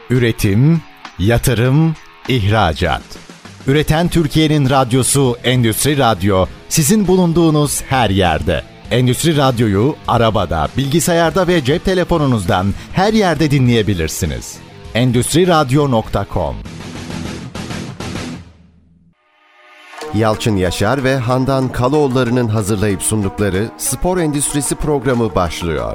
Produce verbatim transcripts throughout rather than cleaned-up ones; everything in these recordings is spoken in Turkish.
Üretim, yatırım, ihracat. Üreten Türkiye'nin radyosu Endüstri Radyo, sizin bulunduğunuz her yerde. Endüstri Radyo'yu arabada, bilgisayarda ve cep telefonunuzdan her yerde dinleyebilirsiniz. endüstri radyo nokta com. Yalçın Yaşar ve Handan Kaloğulları'nın hazırlayıp sundukları Spor Endüstrisi programı başlıyor.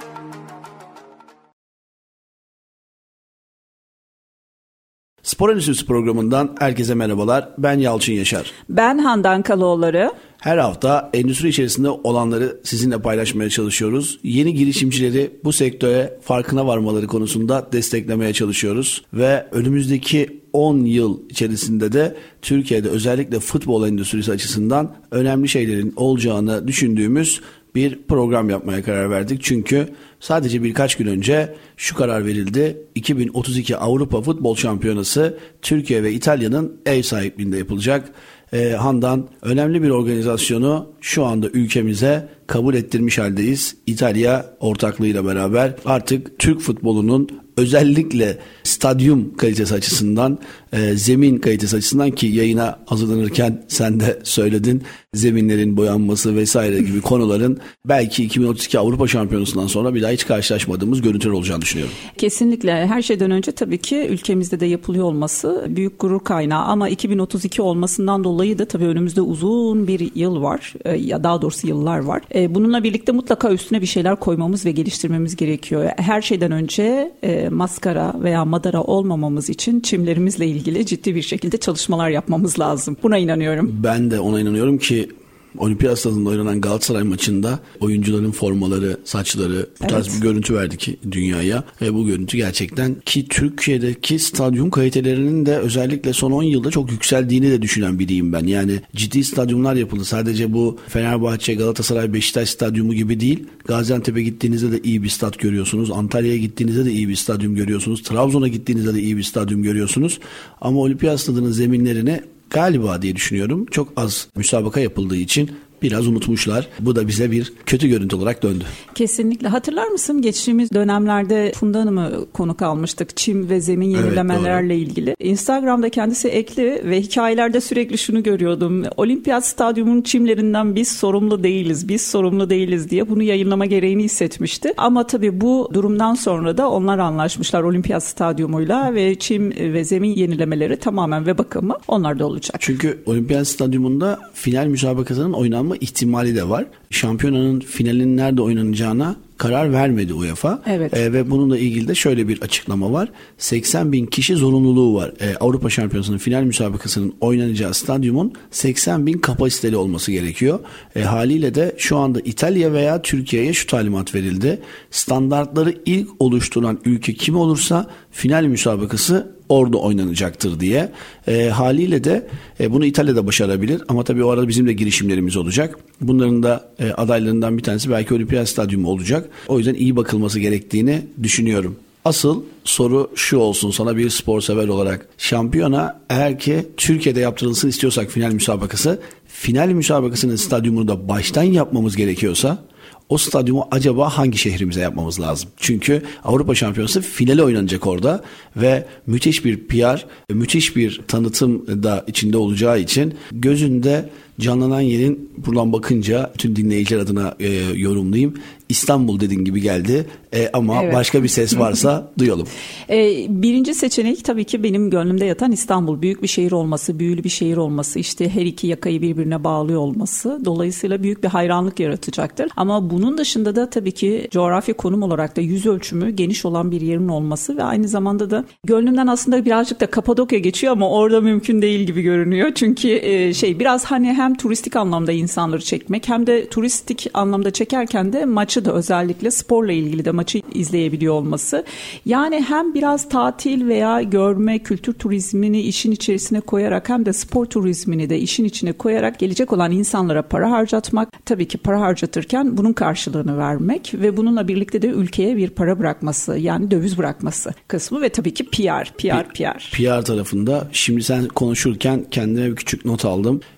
Spor Endüstrisi programından herkese merhabalar. Ben Yalçın Yaşar. Ben Handan Kaloğulları. Her hafta endüstri içerisinde olanları sizinle paylaşmaya çalışıyoruz. Yeni girişimcileri bu sektöre farkına varmaları konusunda desteklemeye çalışıyoruz. Ve önümüzdeki on yıl içerisinde de Türkiye'de özellikle futbol endüstrisi açısından önemli şeylerin olacağını düşündüğümüz bir program yapmaya karar verdik. Çünkü sadece birkaç gün önce şu karar verildi. iki bin otuz iki Avrupa Futbol Şampiyonası Türkiye ve İtalya'nın ev sahipliğinde yapılacak. Ee, Handan, önemli bir organizasyonu şu anda ülkemize kabul ettirmiş haldeyiz. İtalya ortaklığıyla beraber artık Türk futbolunun özellikle stadyum kalitesi açısından, e, zemin kalitesi açısından, ki yayına hazırlanırken sen de söyledin, zeminlerin boyanması vesaire gibi konuların belki iki bin otuz iki Avrupa Şampiyonası'ndan sonra bir daha hiç karşılaşmadığımız görüntüler olacağını düşünüyorum. Kesinlikle, her şeyden önce tabii ki ülkemizde de yapılıyor olması büyük gurur kaynağı, ama iki bin otuz iki olmasından dolayı da tabii önümüzde uzun bir yıl var, e, ya daha doğrusu yıllar var. E, bununla birlikte mutlaka üstüne bir şeyler koymamız ve geliştirmemiz gerekiyor. Her şeyden önce e, maskara veya madara olmamamız için çimlerimizle ilgili ciddi bir şekilde çalışmalar yapmamız lazım. Buna inanıyorum. Ben de ona inanıyorum ki Olimpiyat Stadı'nda oynanan Galatasaray maçında oyuncuların formaları, saçları bu evet. tarz bir görüntü verdi ki dünyaya. Ve bu görüntü gerçekten, ki Türkiye'deki stadyum kalitelerinin de özellikle son on yılda çok yükseldiğini de düşünen biriyim ben. Yani ciddi stadyumlar yapıldı. Sadece bu Fenerbahçe, Galatasaray, Beşiktaş stadyumu gibi değil. Gaziantep'e gittiğinizde de iyi bir stat görüyorsunuz. Antalya'ya gittiğinizde de iyi bir stadyum görüyorsunuz. Trabzon'a gittiğinizde de iyi bir stadyum görüyorsunuz. Ama Olimpiyat Stadı'nın zeminlerini galiba diye düşünüyorum, çok az müsabaka yapıldığı için biraz unutmuşlar. Bu da bize bir kötü görüntü olarak döndü. Kesinlikle. Hatırlar mısın? Geçtiğimiz dönemlerde Funda Hanım'ı konuk almıştık. Çim ve zemin yenilemelerle evet, ilgili. Instagram'da kendisi ekli ve hikayelerde sürekli şunu görüyordum. Olimpiyat Stadyumu'nun çimlerinden biz sorumlu değiliz, biz sorumlu değiliz diye bunu yayınlama gereğini hissetmişti. Ama tabii bu durumdan sonra da onlar anlaşmışlar Olimpiyat Stadyumu'yla ve çim ve zemin yenilemeleri tamamen ve bakımı onlarda olacak. Çünkü Olimpiyat Stadyumu'nda final müsabakasının oynanma ihtimali de var. Şampiyonanın finalinin nerede oynanacağına karar vermedi UEFA. Evet. Ee, ve bununla ilgili de şöyle bir açıklama var. seksen bin kişi zorunluluğu var. Ee, Avrupa Şampiyonası'nın final müsabakasının oynanacağı stadyumun seksen bin kapasiteli olması gerekiyor. Ee, haliyle de şu anda İtalya veya Türkiye'ye şu talimat verildi. Standartları ilk oluşturan ülke kim olursa final müsabakası orada oynanacaktır diye. E, haliyle de e, bunu İtalya'da başarabilir ama tabii o arada bizim de girişimlerimiz olacak. Bunların da e, adaylarından bir tanesi belki Olimpiyat Stadyumu olacak. O yüzden iyi bakılması gerektiğini düşünüyorum. Asıl soru şu olsun sana bir spor sever olarak. Şampiyona eğer ki Türkiye'de yaptırılsın istiyorsak final müsabakası, final müsabakasının stadyumunu da baştan yapmamız gerekiyorsa o stadyumu acaba hangi şehrimize yapmamız lazım? Çünkü Avrupa Şampiyonası finali oynanacak orada ve müthiş bir P R, müthiş bir tanıtım da içinde olacağı için gözünde canlanan yerin, buradan bakınca bütün dinleyiciler adına e, yorumlayayım, İstanbul dediğin gibi geldi e, ama evet. başka bir ses varsa duyalım. E, birinci seçenek tabii ki benim gönlümde yatan İstanbul. Büyük bir şehir olması, büyülü bir şehir olması, işte her iki yakayı birbirine bağlıyor olması dolayısıyla büyük bir hayranlık yaratacaktır. Ama bunun dışında da tabii ki coğrafi konum olarak da yüz ölçümü geniş olan bir yerin olması ve aynı zamanda da gönlümden aslında birazcık da Kapadokya geçiyor ama orada mümkün değil gibi görünüyor. Çünkü e, şey biraz hani hem turistik anlamda insanları çekmek hem de turistik anlamda çekerken de maçı da özellikle sporla ilgili de maçı izleyebiliyor olması. Yani hem biraz tatil veya görme, kültür turizmini işin içerisine koyarak hem de spor turizmini de işin içine koyarak gelecek olan insanlara para harcatmak. Tabii ki para harcatırken bunun karşılığını vermek ve bununla birlikte de ülkeye bir para bırakması, yani döviz bırakması kısmı ve tabii ki P R, P R, P R. P R tarafında şimdi sen konuşurken kendime bir küçük not aldım.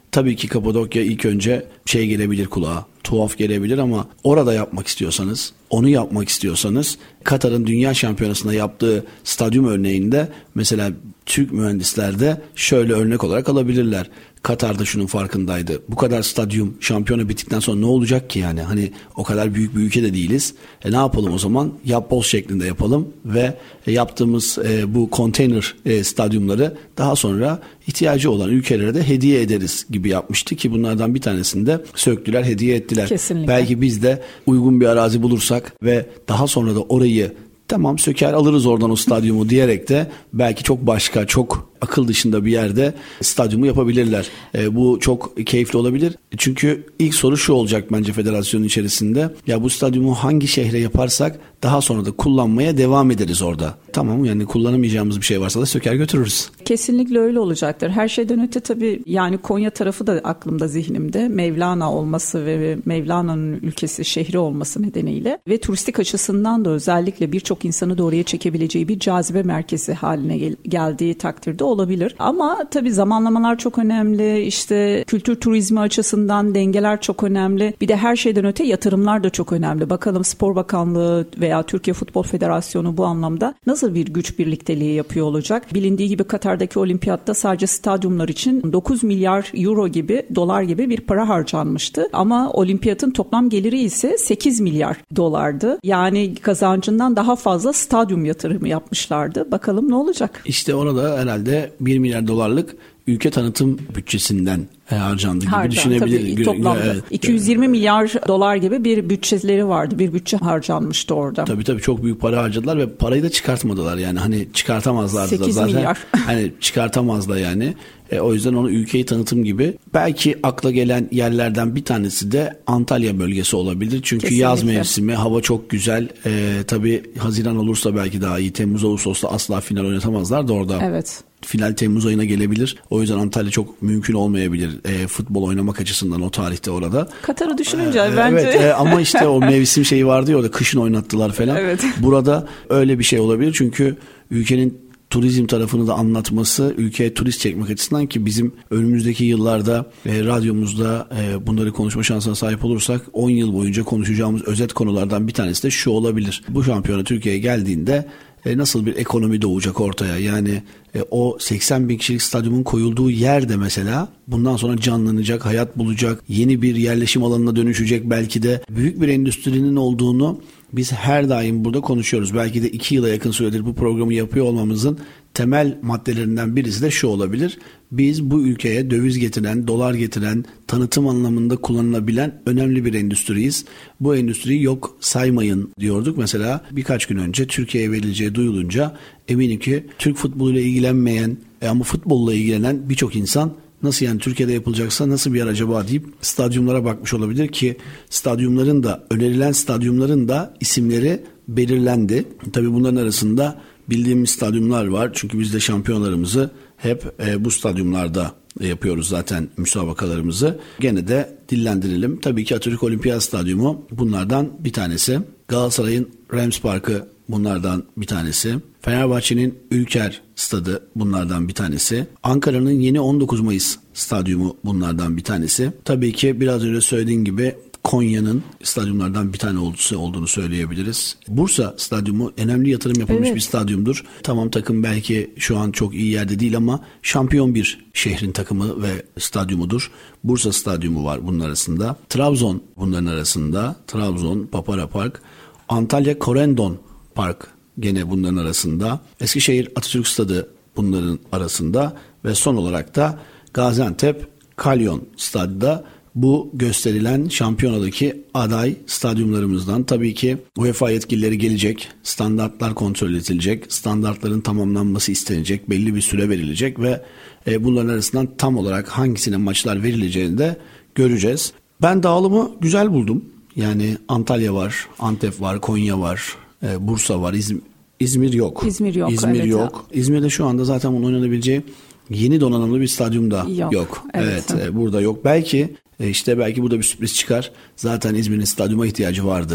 Tabii ki Kapadokya ilk önce şey gelebilir kulağa, tuhaf gelebilir ama orada yapmak istiyorsanız, onu yapmak istiyorsanız Katar'ın Dünya Şampiyonası'nda yaptığı stadyum örneğinde mesela Türk mühendisler de şöyle örnek olarak alabilirler. Katar'da şunun farkındaydı. Bu kadar stadyum şampiyona bittikten sonra ne olacak ki yani? Hani o kadar büyük bir ülke de değiliz. E ne yapalım o zaman? Yapboz şeklinde yapalım ve e, yaptığımız e, bu konteyner e, stadyumları daha sonra ihtiyacı olan ülkelere de hediye ederiz gibi yapmıştı ki bunlardan bir tanesini de söktüler, hediye ettiler. Kesinlikle. Belki biz de uygun bir arazi bulursak ve daha sonra da orayı tamam söker alırız oradan o stadyumu diyerek de belki çok başka, çok akıl dışında bir yerde stadyumu yapabilirler. E, bu çok keyifli olabilir. Çünkü ilk soru şu olacak bence federasyonun içerisinde. Ya bu stadyumu hangi şehre yaparsak daha sonra da kullanmaya devam ederiz orada. Tamam, yani kullanamayacağımız bir şey varsa da söker götürürüz. Kesinlikle öyle olacaktır. Her şeyden öte tabii yani Konya tarafı da aklımda, zihnimde. Mevlana olması ve Mevlana'nın ülkesi, şehri olması nedeniyle ve turistik açısından da özellikle birçok insanı da oraya çekebileceği bir cazibe merkezi haline gel- geldiği takdirde olabilir. Ama tabii zamanlamalar çok önemli. İşte kültür turizmi açısından dengeler çok önemli. Bir de her şeyden öte yatırımlar da çok önemli. Bakalım Spor Bakanlığı veya Türkiye Futbol Federasyonu bu anlamda nasıl bir güç birlikteliği yapıyor olacak? Bilindiği gibi Katar'daki olimpiyatta sadece stadyumlar için dokuz milyar euro gibi, dolar gibi bir para harcanmıştı. Ama olimpiyatın toplam geliri ise sekiz milyar dolardı. Yani kazancından daha fazla stadyum yatırımı yapmışlardı. Bakalım ne olacak? İşte orada herhalde bir milyar dolarlık ülke tanıtım bütçesinden harcandı gibi Harcan, düşünebilir. Tabii, toplamda evet. iki yüz yirmi milyar dolar gibi bir bütçeleri vardı. Bir bütçe harcanmıştı orada. Tabii tabii çok büyük para harcadılar ve parayı da çıkartmadılar. Yani hani çıkartamazlardı da zaten. sekiz milyar. Hani çıkartamazlar yani. E, o yüzden onu ülkeyi tanıtım gibi. Belki akla gelen yerlerden bir tanesi de Antalya bölgesi olabilir. Çünkü kesinlikle yaz mevsimi, hava çok güzel. E, tabii Haziran olursa belki daha iyi. Temmuz, Ağustos'ta asla final oynatamazlar da orada. Evet. Final Temmuz ayına gelebilir. O yüzden Antalya çok mümkün olmayabilir e, futbol oynamak açısından o tarihte orada. Katar'ı düşününce e, bence. Evet e, ama işte o mevsim şeyi vardı ya orada, kışın oynattılar falan. Evet. Burada öyle bir şey olabilir çünkü ülkenin turizm tarafını da anlatması, ülkeye turist çekmek açısından ki bizim önümüzdeki yıllarda e, radyomuzda e, bunları konuşma şansına sahip olursak on yıl boyunca konuşacağımız özet konulardan bir tanesi de şu olabilir. Bu şampiyona Türkiye'ye geldiğinde E, nasıl bir ekonomi doğacak ortaya? Yani e, o seksen bin kişilik stadyumun koyulduğu yerde mesela bundan sonra canlanacak, hayat bulacak, yeni bir yerleşim alanına dönüşecek, belki de büyük bir endüstrinin olduğunu biz her daim burada konuşuyoruz. Belki de iki yıla yakın süredir bu programı yapıyor olmamızın temel maddelerinden birisi de şu olabilir. Biz bu ülkeye döviz getiren, dolar getiren, tanıtım anlamında kullanılabilen önemli bir endüstriyiz. Bu endüstriyi yok saymayın diyorduk. Mesela birkaç gün önce Türkiye'ye verileceği duyulunca eminim ki Türk futboluyla ilgilenmeyen ama futbolla ilgilenen birçok insan nasıl yani Türkiye'de yapılacaksa nasıl bir yer acaba deyip stadyumlara bakmış olabilir ki stadyumların da, önerilen stadyumların da isimleri belirlendi. Tabii bunların arasında bildiğimiz stadyumlar var. Çünkü biz de şampiyonlarımızı hep e, bu stadyumlarda yapıyoruz zaten müsabakalarımızı. Gene de dillendirelim. Tabii ki Atatürk Olimpiyat Stadyumu bunlardan bir tanesi. Galatasaray'ın Rams Parkı bunlardan bir tanesi. Fenerbahçe'nin Ülker Stadı bunlardan bir tanesi. Ankara'nın yeni on dokuz Mayıs Stadyumu bunlardan bir tanesi. Tabii ki biraz önce söylediğim gibi Konya'nın stadyumlardan bir tane olduğunu söyleyebiliriz. Bursa stadyumu önemli yatırım yapılmış evet. bir stadyumdur. Tamam, takım belki şu an çok iyi yerde değil ama şampiyon bir şehrin takımı ve stadyumudur. Bursa stadyumu var bunun arasında. Trabzon bunların arasında. Trabzon, Papara Park. Antalya Corendon Park gene bunların arasında. Eskişehir Atatürk Stadı bunların arasında ve son olarak da Gaziantep Kalyon Stadı da bu gösterilen şampiyonadaki aday stadyumlarımızdan. Tabii ki UEFA yetkilileri gelecek, standartlar kontrol edilecek, standartların tamamlanması istenecek, belli bir süre verilecek ve bunların arasından tam olarak hangisine maçlar verileceğini de göreceğiz. Ben dağılımı güzel buldum. Yani Antalya var, Antep var, Konya var, Bursa var, İzmir, İzmir yok. İzmir yok. İzmir evet yok. Ya. İzmir'de şu anda zaten bunun oynanabileceği yeni donanımlı bir stadyum da yok. yok. Evet, evet burada yok. Belki işte belki burada bir sürpriz çıkar. Zaten İzmir'in stadyuma ihtiyacı vardı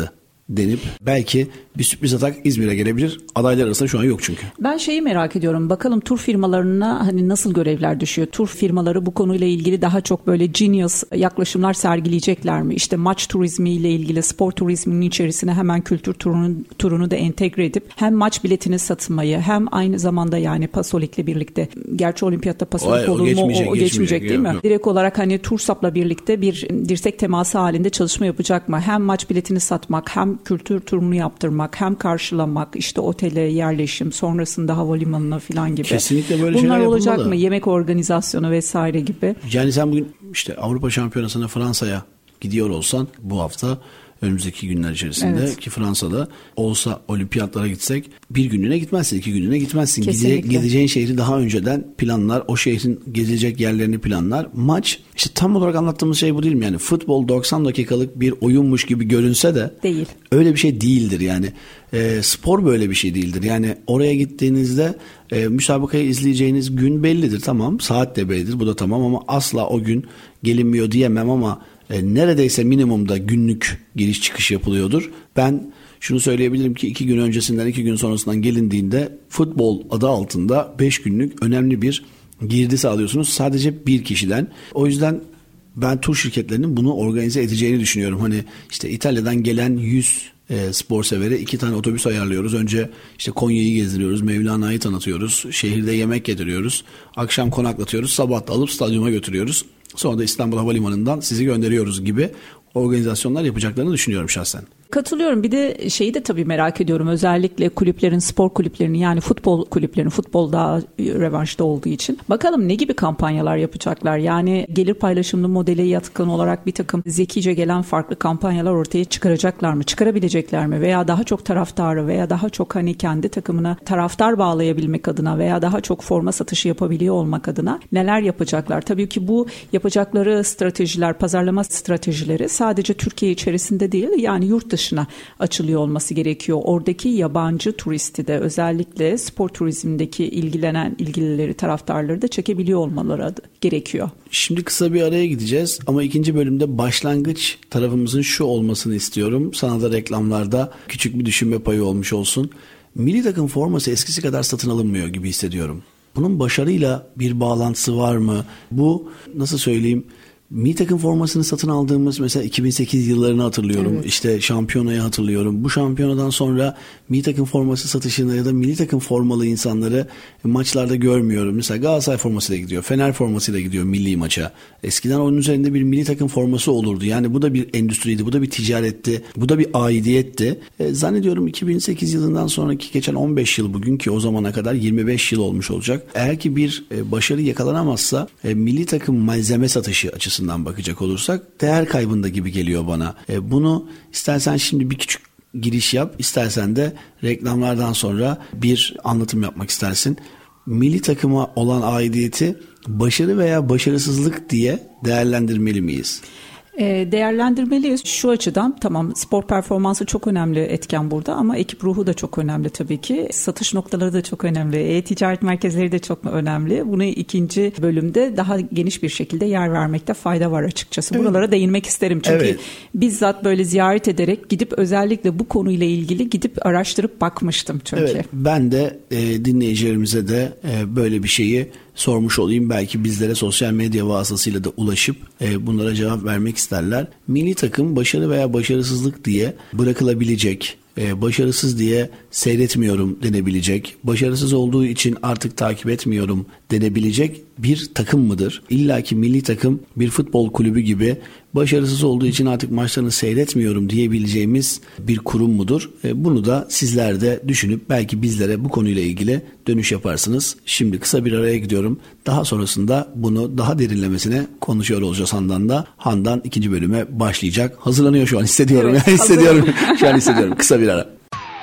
denip belki bir sürpriz atak İzmir'e gelebilir. Adaylar arasında şu an yok çünkü. Ben şeyi merak ediyorum. Bakalım tur firmalarına hani nasıl görevler düşüyor? Tur firmaları bu konuyla ilgili daha çok böyle genius yaklaşımlar sergileyecekler mi? İşte maç turizmiyle ilgili spor turizminin içerisine hemen kültür turunu, turunu da entegre edip hem maç biletini satmayı hem aynı zamanda yani Pasolik'le birlikte, gerçi olimpiyatta Pasolik olur mu? O geçmeyecek, o geçmeyecek değil mi? Yok. Direkt olarak hani Tursap'la birlikte bir dirsek teması halinde çalışma yapacak mı? Hem maç biletini satmak, hem kültür turunu yaptırmak, hem karşılamak, işte otele yerleşim, sonrasında havalimanına falan gibi. Kesinlikle böyle Bunlar şeyler olacak yapılmalı. mı? Yemek organizasyonu vesaire gibi. Yani sen bugün işte Avrupa Şampiyonası'na Fransa'ya gidiyor olsan bu hafta, önümüzdeki günler içerisinde, evet, ki Fransa'da olsa olimpiyatlara gitsek bir günlüğüne gitmezsin, iki günlüğüne gitmezsin. Gide, gideceğin şehri daha önceden planlar, o şehrin gezilecek yerlerini planlar. Maç işte tam olarak anlattığımız şey bu değil mi? Yani futbol doksan dakikalık bir oyunmuş gibi görünse de değil. Öyle bir şey değildir yani. E, spor böyle bir şey değildir. Yani oraya gittiğinizde e, müsabakayı izleyeceğiniz gün bellidir, tamam. Saat de bellidir, bu da tamam, ama asla o gün gelinmiyor diyemem ama E, neredeyse minimumda günlük giriş çıkış yapılıyordur. Ben şunu söyleyebilirim ki iki gün öncesinden iki gün sonrasından gelindiğinde futbol adı altında beş günlük önemli bir girdi sağlıyorsunuz sadece bir kişiden. O yüzden ben tur şirketlerinin bunu organize edeceğini düşünüyorum. Hani işte İtalya'dan gelen yüz e, spor severi iki tane otobüs ayarlıyoruz. Önce işte Konya'yı gezdiriyoruz, Mevlana'yı tanıtıyoruz, şehirde yemek yediriyoruz, akşam konaklatıyoruz, sabah da alıp stadyuma götürüyoruz. Sonra da İstanbul Havalimanı'ndan sizi gönderiyoruz gibi organizasyonlar yapacaklarını düşünüyorum şahsen. Katılıyorum. Bir de şeyi de tabii merak ediyorum. Özellikle kulüplerin, spor kulüplerinin, yani futbol kulüplerinin, futbol daha revanşta olduğu için. Bakalım ne gibi kampanyalar yapacaklar? Yani gelir paylaşımlı modele yatkın olarak bir takım zekice gelen farklı kampanyalar ortaya çıkaracaklar mı? Çıkarabilecekler mi? Veya daha çok taraftarı veya daha çok hani kendi takımına taraftar bağlayabilmek adına veya daha çok forma satışı yapabiliyor olmak adına neler yapacaklar? Tabii ki bu yapacakları stratejiler, pazarlama stratejileri sadece Türkiye içerisinde değil, yani yurt dışı dışına açılıyor olması gerekiyor. Oradaki yabancı turisti de, özellikle spor turizmindeki ilgilenen ilgilileri, taraftarları da çekebiliyor olmaları gerekiyor. Şimdi kısa bir araya gideceğiz ama ikinci bölümde başlangıç tarafımızın şu olmasını istiyorum. Sana da reklamlarda küçük bir düşünme payı olmuş olsun. Milli takım forması eskisi kadar satın alınmıyor gibi hissediyorum. Bunun başarıyla bir bağlantısı var mı? Bu nasıl söyleyeyim? Milli takım formasını satın aldığımız mesela iki bin sekiz yıllarını hatırlıyorum. Evet. İşte şampiyonayı hatırlıyorum. Bu şampiyonadan sonra milli takım forması satışını ya da milli takım formalı insanları maçlarda görmüyorum. Mesela Galatasaray formasıyla gidiyor, Fener formasıyla gidiyor milli maça. Eskiden onun üzerinde bir milli takım forması olurdu. Yani bu da bir endüstriydi, bu da bir ticaretti, bu da bir aidiyetti. E, zannediyorum iki bin sekiz yılından sonraki geçen on beş yıl, bugün ki o zamana kadar yirmi beş yıl olmuş olacak. Eğer ki bir e, başarı yakalanamazsa e, milli takım malzeme satışı açısından bakacak olursak değer kaybında gibi geliyor bana. E, bunu istersen şimdi bir küçük giriş yap, istersen de reklamlardan sonra bir anlatım yapmak istersin. Milli takıma olan aidiyeti başarı veya başarısızlık diye değerlendirmeli miyiz? Değerlendirmeliyiz şu açıdan. Tamam, spor performansı çok önemli etken burada ama ekip ruhu da çok önemli tabii ki. Satış noktaları da çok önemli. E-ticaret merkezleri de çok önemli. Bunu ikinci bölümde daha geniş bir şekilde yer vermekte fayda var açıkçası. Evet. Buralara değinmek isterim çünkü evet, bizzat böyle ziyaret ederek gidip özellikle bu konuyla ilgili gidip araştırıp bakmıştım çünkü. Evet, ben de e, dinleyicilerimize de e, böyle bir şeyi sormuş olayım. Belki bizlere sosyal medya vasıtasıyla da ulaşıp e, bunlara cevap vermek isterler. Milli takım başarı veya başarısızlık diye bırakılabilecek, e, başarısız diye seyretmiyorum denebilecek, başarısız olduğu için artık takip etmiyorum denebilecek bir takım mıdır? İlla ki milli takım bir futbol kulübü gibi başarısız olduğu için artık maçlarını seyretmiyorum diyebileceğimiz bir kurum mudur? E, bunu da sizler de düşünüp belki bizlere bu konuyla ilgili dönüş yaparsınız. Şimdi kısa bir araya gidiyorum. Daha sonrasında bunu daha derinlemesine konuşuyor olacağız Handan'da. Handan ikinci bölüme başlayacak. Hazırlanıyor şu an, hissediyorum. Evet, yani hissediyorum. Şu an hissediyorum. Kısa bir ara.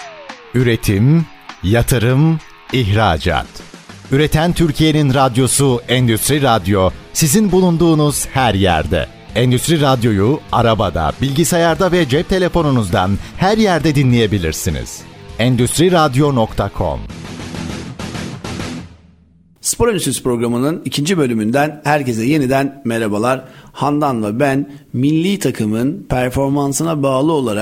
Üretim, yatırım, ihracat. Üreten Türkiye'nin radyosu Endüstri Radyo, sizin bulunduğunuz her yerde. Endüstri Radyo'yu arabada, bilgisayarda ve cep telefonunuzdan her yerde dinleyebilirsiniz. endüstri radyo nokta com. Spor Endüstrisi programının ikinci bölümünden herkese yeniden merhabalar. Handan ve ben milli takımın performansına bağlı olarak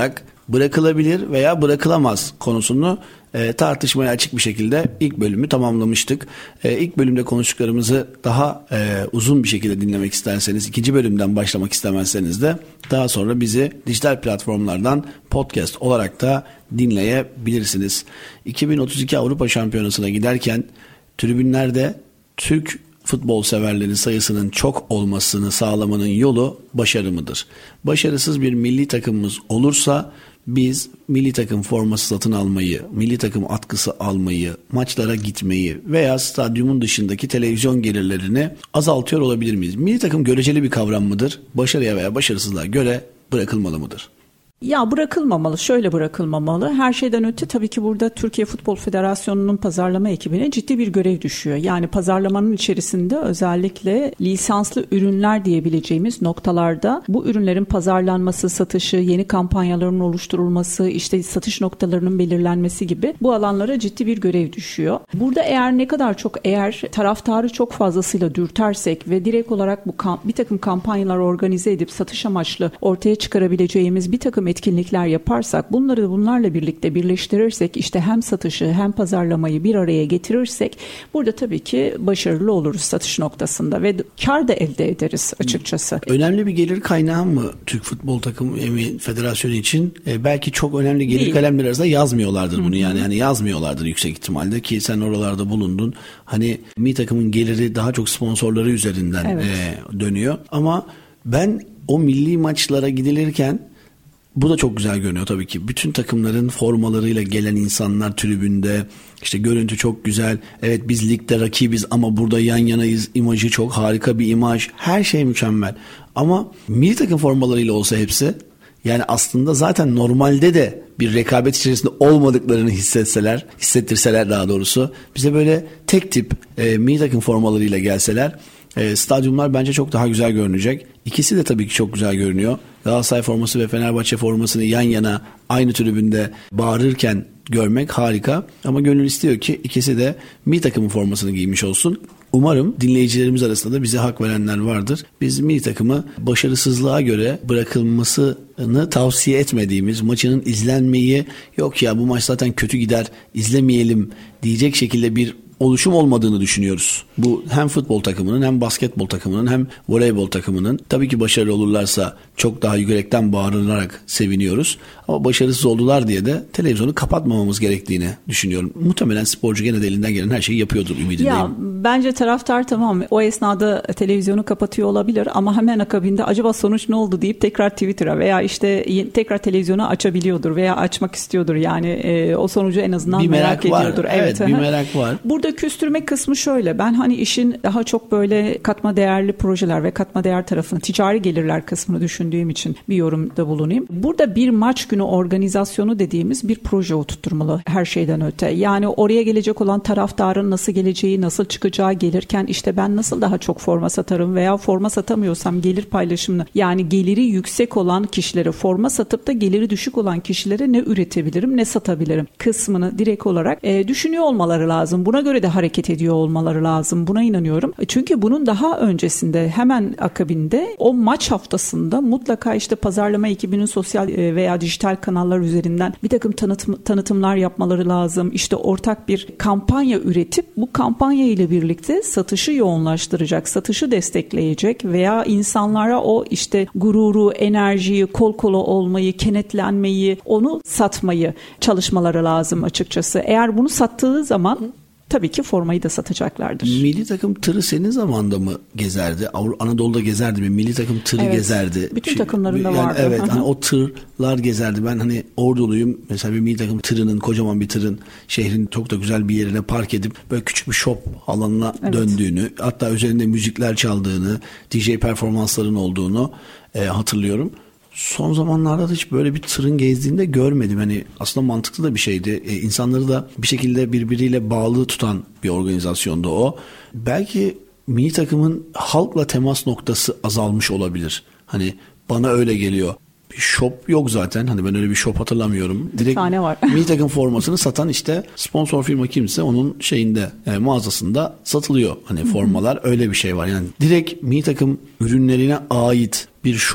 bırakılabilir veya bırakılamaz konusunu e, tartışmaya açık bir şekilde ilk bölümü tamamlamıştık. E, ilk bölümde konuştuklarımızı daha e, uzun bir şekilde dinlemek isterseniz, ikinci bölümden başlamak istemezseniz de daha sonra bizi dijital platformlardan podcast olarak da dinleyebilirsiniz. iki bin otuz iki Avrupa Şampiyonası'na giderken tribünlerde Türk futbol severlerin sayısının çok olmasını sağlamanın yolu başarı mıdır? Başarısız bir milli takımımız olursa biz milli takım forması satın almayı, milli takım atkısı almayı, maçlara gitmeyi veya stadyumun dışındaki televizyon gelirlerini azaltıyor olabilir miyiz? Milli takım göreceli bir kavram mıdır? Başarıya veya başarısızlığa göre bırakılmalı mıdır? Ya bırakılmamalı, şöyle bırakılmamalı. Her şeyden öte tabii ki burada Türkiye Futbol Federasyonu'nun pazarlama ekibine ciddi bir görev düşüyor. Yani pazarlamanın içerisinde özellikle lisanslı ürünler diyebileceğimiz noktalarda bu ürünlerin pazarlanması, satışı, yeni kampanyaların oluşturulması, işte satış noktalarının belirlenmesi gibi bu alanlara ciddi bir görev düşüyor. Burada eğer ne kadar çok eğer taraftarı çok fazlasıyla dürtersek ve direkt olarak bu kamp, bir takım kampanyalar organize edip satış amaçlı ortaya çıkarabileceğimiz bir takım etkinlikler yaparsak, bunları bunlarla birlikte birleştirirsek, işte hem satışı hem pazarlamayı bir araya getirirsek burada tabii ki başarılı oluruz satış noktasında ve kar da elde ederiz açıkçası. Önemli bir gelir kaynağı mı Türk Futbol Takımı Federasyonu için? E, belki çok önemli gelir Değil. kalemleri arasında yazmıyorlardır bunu. Hı-hı. yani yani yazmıyorlardır yüksek ihtimalle ki sen oralarda bulundun. Hani milli takımın geliri daha çok sponsorları üzerinden evet. e, dönüyor. Ama ben o milli maçlara gidilirken bu da çok güzel görünüyor tabii ki. Bütün takımların formalarıyla gelen insanlar tribünde. İşte görüntü çok güzel. Evet biz ligde rakibiz ama burada yan yanayız. İmajı çok harika bir imaj. Her şey mükemmel. Ama milli takım formalarıyla olsa hepsi, yani aslında zaten normalde de bir rekabet içerisinde olmadıklarını hissetseler, hissettirseler daha doğrusu, bize böyle tek tip e, milli takım formalarıyla gelseler, E, stadyumlar bence çok daha güzel görünecek. İkisi de tabii ki çok güzel görünüyor. Galatasaray forması ve Fenerbahçe formasını yan yana aynı tribünde bağırırken görmek harika. Ama gönül istiyor ki ikisi de milli takımın formasını giymiş olsun. Umarım dinleyicilerimiz arasında da bize hak verenler vardır. Biz milli takımı başarısızlığa göre bırakılmasını tavsiye etmediğimiz, maçının izlenmeyi, yok ya bu maç zaten kötü gider izlemeyelim diyecek şekilde bir oluşum olmadığını düşünüyoruz. Bu hem futbol takımının hem basketbol takımının hem voleybol takımının, tabii ki başarılı olurlarsa çok daha yürekten bağırılarak seviniyoruz. Ama başarısız oldular diye de televizyonu kapatmamamız gerektiğini düşünüyorum. Muhtemelen sporcu gene de elinden gelen her şeyi yapıyordur ümidindeyim. Ya bence taraftar tamam o esnada televizyonu kapatıyor olabilir ama hemen akabinde acaba sonuç ne oldu deyip tekrar Twitter'a veya işte tekrar televizyonu açabiliyordur veya açmak istiyordur. Yani e, o sonucu en azından bir merak, merak ediyordur. Var. Evet, evet bir merak var. Burada küstürme kısmı şöyle. Ben hani işin daha çok böyle katma değerli projeler ve katma değer tarafını, ticari gelirler kısmını düşündüğüm için bir yorumda bulunayım. Burada bir maç günü organizasyonu dediğimiz bir proje oturtmalı her şeyden öte. Yani oraya gelecek olan taraftarın nasıl geleceği, nasıl çıkacağı, gelirken işte ben nasıl daha çok forma satarım veya forma satamıyorsam gelir paylaşımını, yani geliri yüksek olan kişilere, forma satıp da geliri düşük olan kişilere ne üretebilirim, ne satabilirim kısmını direkt olarak e, düşünüyor olmaları lazım. Buna göre de hareket ediyor olmaları lazım. Buna inanıyorum. Çünkü bunun daha öncesinde, hemen akabinde o maç haftasında mutlaka işte pazarlama ekibinin sosyal veya dijital kanallar üzerinden bir takım tanıtım, tanıtımlar yapmaları lazım. İşte ortak bir kampanya üretip bu kampanya ile birlikte satışı yoğunlaştıracak, satışı destekleyecek veya insanlara o işte gururu, enerjiyi, kol kola olmayı, kenetlenmeyi, onu satmayı çalışmaları lazım açıkçası. Eğer bunu sattığı zaman tabii ki formayı da satacaklardır. Milli takım tırı senin zamanında mı gezerdi? Anadolu'da gezerdi mi? Milli takım tırı evet, gezerdi. Bütün takımlarında yani vardı. Evet, hani o tırlar gezerdi. Ben hani Orduluyum. Mesela bir milli takım tırının, kocaman bir tırın şehrin çok da güzel bir yerine park edip böyle küçük bir shop alanına evet. döndüğünü, hatta üzerinde müzikler çaldığını, D J performansların olduğunu e, hatırlıyorum. Son zamanlarda da hiç böyle bir tırın gezdiğinde görmedim. Hani aslında mantıklı da bir şeydi. Ee, insanları da bir şekilde birbiriyle bağlı tutan bir organizasyonda o. Belki milli takımın halkla temas noktası azalmış olabilir. Hani bana öyle geliyor. Bir shop yok zaten. Hani ben öyle bir shop hatırlamıyorum. Direkt bir tane var. Milli takım formasını satan işte sponsor firma kimse onun şeyinde e, mağazasında satılıyor. Hani formalar öyle bir şey var. Yani direkt milli takım ürünlerine ait bir shop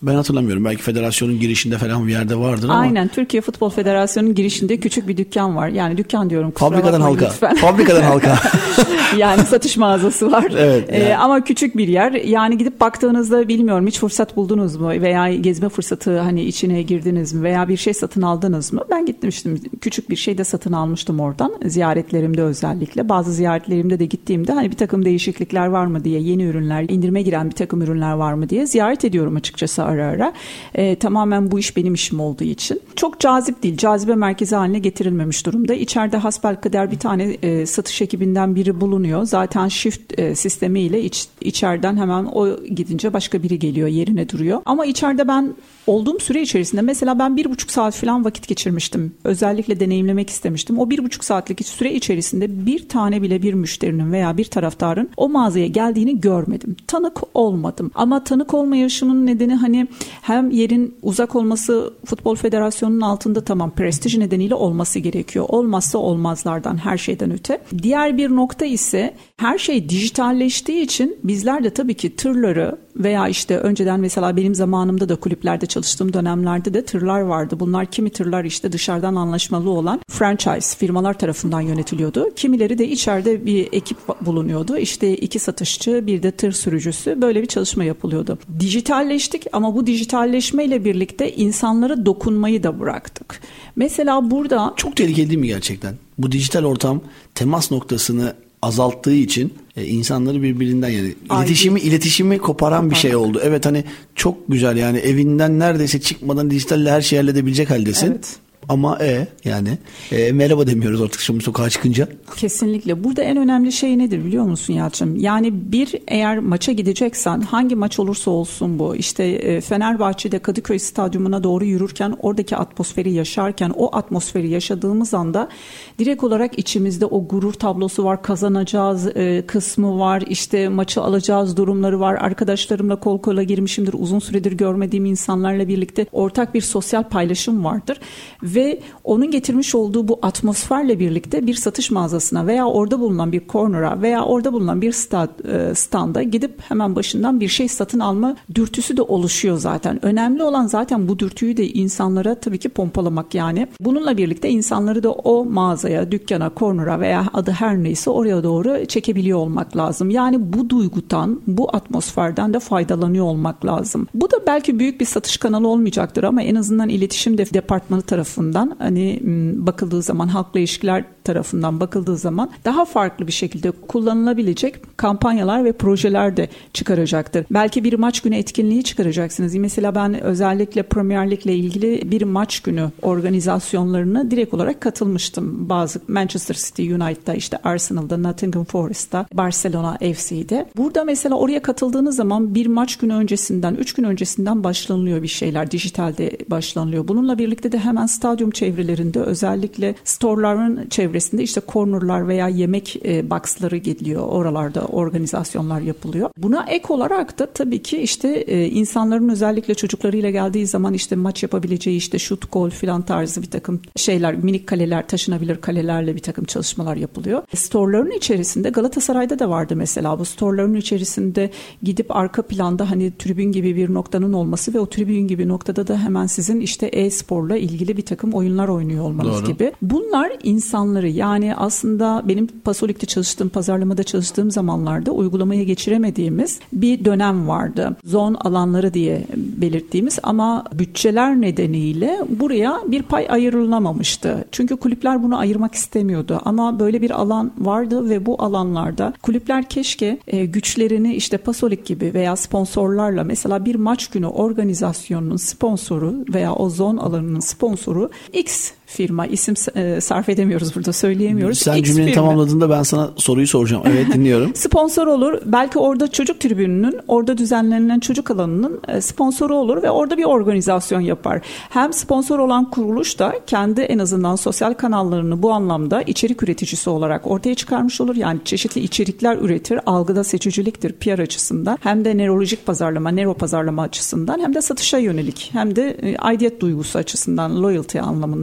Ben hatırlamıyorum. Belki federasyonun girişinde falan bir yerde vardır ama. Aynen. Türkiye Futbol Federasyonu'nun girişinde küçük bir dükkan var. Yani dükkan diyorum. Fabrikadan halka. Fabrikadan halka. Yani satış mağazası var. Evet. Yani. Ee, ama küçük bir yer. Yani gidip baktığınızda bilmiyorum hiç fırsat buldunuz mu? Veya gezme fırsatı hani içine girdiniz mi? Veya bir şey satın aldınız mı? Ben gitmiştim. Küçük bir şey de satın almıştım oradan. Ziyaretlerimde özellikle. Bazı ziyaretlerimde de gittiğimde hani bir takım değişiklikler var mı diye, yeni ürünler, indirime giren bir takım ürünler var mı diye ziyaret ediyorum açıkçası ara ara. Ee, tamamen bu iş benim işim olduğu için. Çok cazip değil. Cazibe merkezi haline getirilmemiş durumda. İçeride hasbelkader bir tane e, satış ekibinden biri bulunuyor. Zaten shift e, sistemiyle iç, içeriden hemen o gidince başka biri geliyor, yerine duruyor. Ama içeride ben olduğum süre içerisinde mesela ben bir buçuk saat falan vakit geçirmiştim. Özellikle deneyimlemek istemiştim. O bir buçuk saatlik süre içerisinde bir tane bile bir müşterinin veya bir taraftarın o mağazaya geldiğini görmedim. Tanık olmadım. Ama tanık olma yaşımın nedeni hani hem yerin uzak olması, Futbol Federasyonu'nun altında tamam prestij nedeniyle olması gerekiyor. Olmazsa olmazlardan her şeyden öte. Diğer bir nokta ise her şey dijitalleştiği için bizler de tabii ki tırları veya işte önceden mesela benim zamanımda da kulüplerde çalıştığım dönemlerde de tırlar vardı. Bunlar kimi tırlar işte dışarıdan anlaşmalı olan franchise firmalar tarafından yönetiliyordu. Kimileri de içeride bir ekip bulunuyordu. İşte iki satışçı, bir de tır sürücüsü, böyle bir çalışma yapılıyordu. Dijitalleştik ama bu dijitalleşmeyle birlikte insanlara dokunmayı da bıraktık. Mesela burada çok tehlikeli değil mi gerçekten? Bu dijital ortam temas noktasını azalttığı için e, insanları birbirinden yani iletişimi Ay, iletişimi koparan Kopar. bir şey oldu. Evet hani çok güzel yani evinden neredeyse çıkmadan dijitalle her şeyi halledebilecek haldesin. Evet. Ama e yani e, merhaba demiyoruz artık şimdi sokağa çıkınca. Kesinlikle. Burada en önemli şey nedir biliyor musun Yalçın? Yani bir eğer maça gideceksen hangi maç olursa olsun bu işte e, Fenerbahçe'de Kadıköy Stadyumuna doğru yürürken oradaki atmosferi yaşarken o atmosferi yaşadığımız anda direkt olarak içimizde o gurur tablosu var, kazanacağız e, kısmı var, işte maçı alacağız durumları var. Arkadaşlarımla kol kola girmişimdir, uzun süredir görmediğim insanlarla birlikte ortak bir sosyal paylaşım vardır. Ve onun getirmiş olduğu bu atmosferle birlikte bir satış mağazasına veya orada bulunan bir corner'a veya orada bulunan bir stand, standa gidip hemen başından bir şey satın alma dürtüsü de oluşuyor zaten. Önemli olan zaten bu dürtüyü de insanlara tabii ki pompalamak yani. Bununla birlikte insanları da o mağazaya, dükkana, corner'a veya adı her neyse oraya doğru çekebiliyor olmak lazım. Yani bu duygudan, bu atmosferden de faydalanıyor olmak lazım. Bu da belki büyük bir satış kanalı olmayacaktır ama en azından iletişim departmanı tarafından hani bakıldığı zaman halkla ilişkiler tarafından bakıldığı zaman daha farklı bir şekilde kullanılabilecek kampanyalar ve projeler de çıkaracaktır. Belki bir maç günü etkinliği çıkaracaksınız. Mesela ben özellikle Premier Lig'le ilgili bir maç günü organizasyonlarına direkt olarak katılmıştım. Bazı Manchester City United'da, işte Arsenal'da, Nottingham Forest'ta, Barcelona F C'de. Burada mesela oraya katıldığınız zaman bir maç günü öncesinden, üç gün öncesinden başlanılıyor bir şeyler. Dijitalde başlanılıyor. Bununla birlikte de hemen stadyum çevrelerinde özellikle store'ların çevresinde işte corner'lar veya yemek e, box'ları geliyor. Oralarda organizasyonlar yapılıyor. Buna ek olarak da tabii ki işte e, insanların özellikle çocuklarıyla geldiği zaman işte maç yapabileceği işte şut, gol filan tarzı bir takım şeyler, minik kaleler, taşınabilir kalelerle bir takım çalışmalar yapılıyor. Store'ların içerisinde Galatasaray'da da vardı mesela. Bu store'ların içerisinde gidip arka planda hani tribün gibi bir noktanın olması ve o tribün gibi noktada da hemen sizin işte e-sporla ilgili bir takım oyunlar oynuyor olmanız Doğru. gibi. Bunlar insanları yani aslında benim Pasolik'te çalıştığım, pazarlamada çalıştığım zamanlarda uygulamaya geçiremediğimiz bir dönem vardı. Zon alanları diye belirttiğimiz ama bütçeler nedeniyle buraya bir pay ayrılamamıştı. Çünkü kulüpler bunu ayırmak istemiyordu ama böyle bir alan vardı ve bu alanlarda kulüpler keşke e, güçlerini işte Pasolik gibi veya sponsorlarla mesela bir maç günü organizasyonunun sponsoru veya o zon alanının sponsoru X firma, isim e, sarf edemiyoruz burada, söyleyemiyoruz. Sen X cümleni firma. tamamladığında ben sana soruyu soracağım. Evet, dinliyorum. Sponsor olur. Belki orada çocuk tribününün, orada düzenlenen çocuk alanının e, sponsoru olur ve orada bir organizasyon yapar. Hem sponsor olan kuruluş da kendi en azından sosyal kanallarını bu anlamda içerik üreticisi olarak ortaya çıkarmış olur. Yani çeşitli içerikler üretir. Algıda seçiciliktir P R açısından. Hem de nörolojik pazarlama, nöro pazarlama açısından hem de satışa yönelik hem de e, aidiyet duygusu açısından loyalty anlamında. Diğer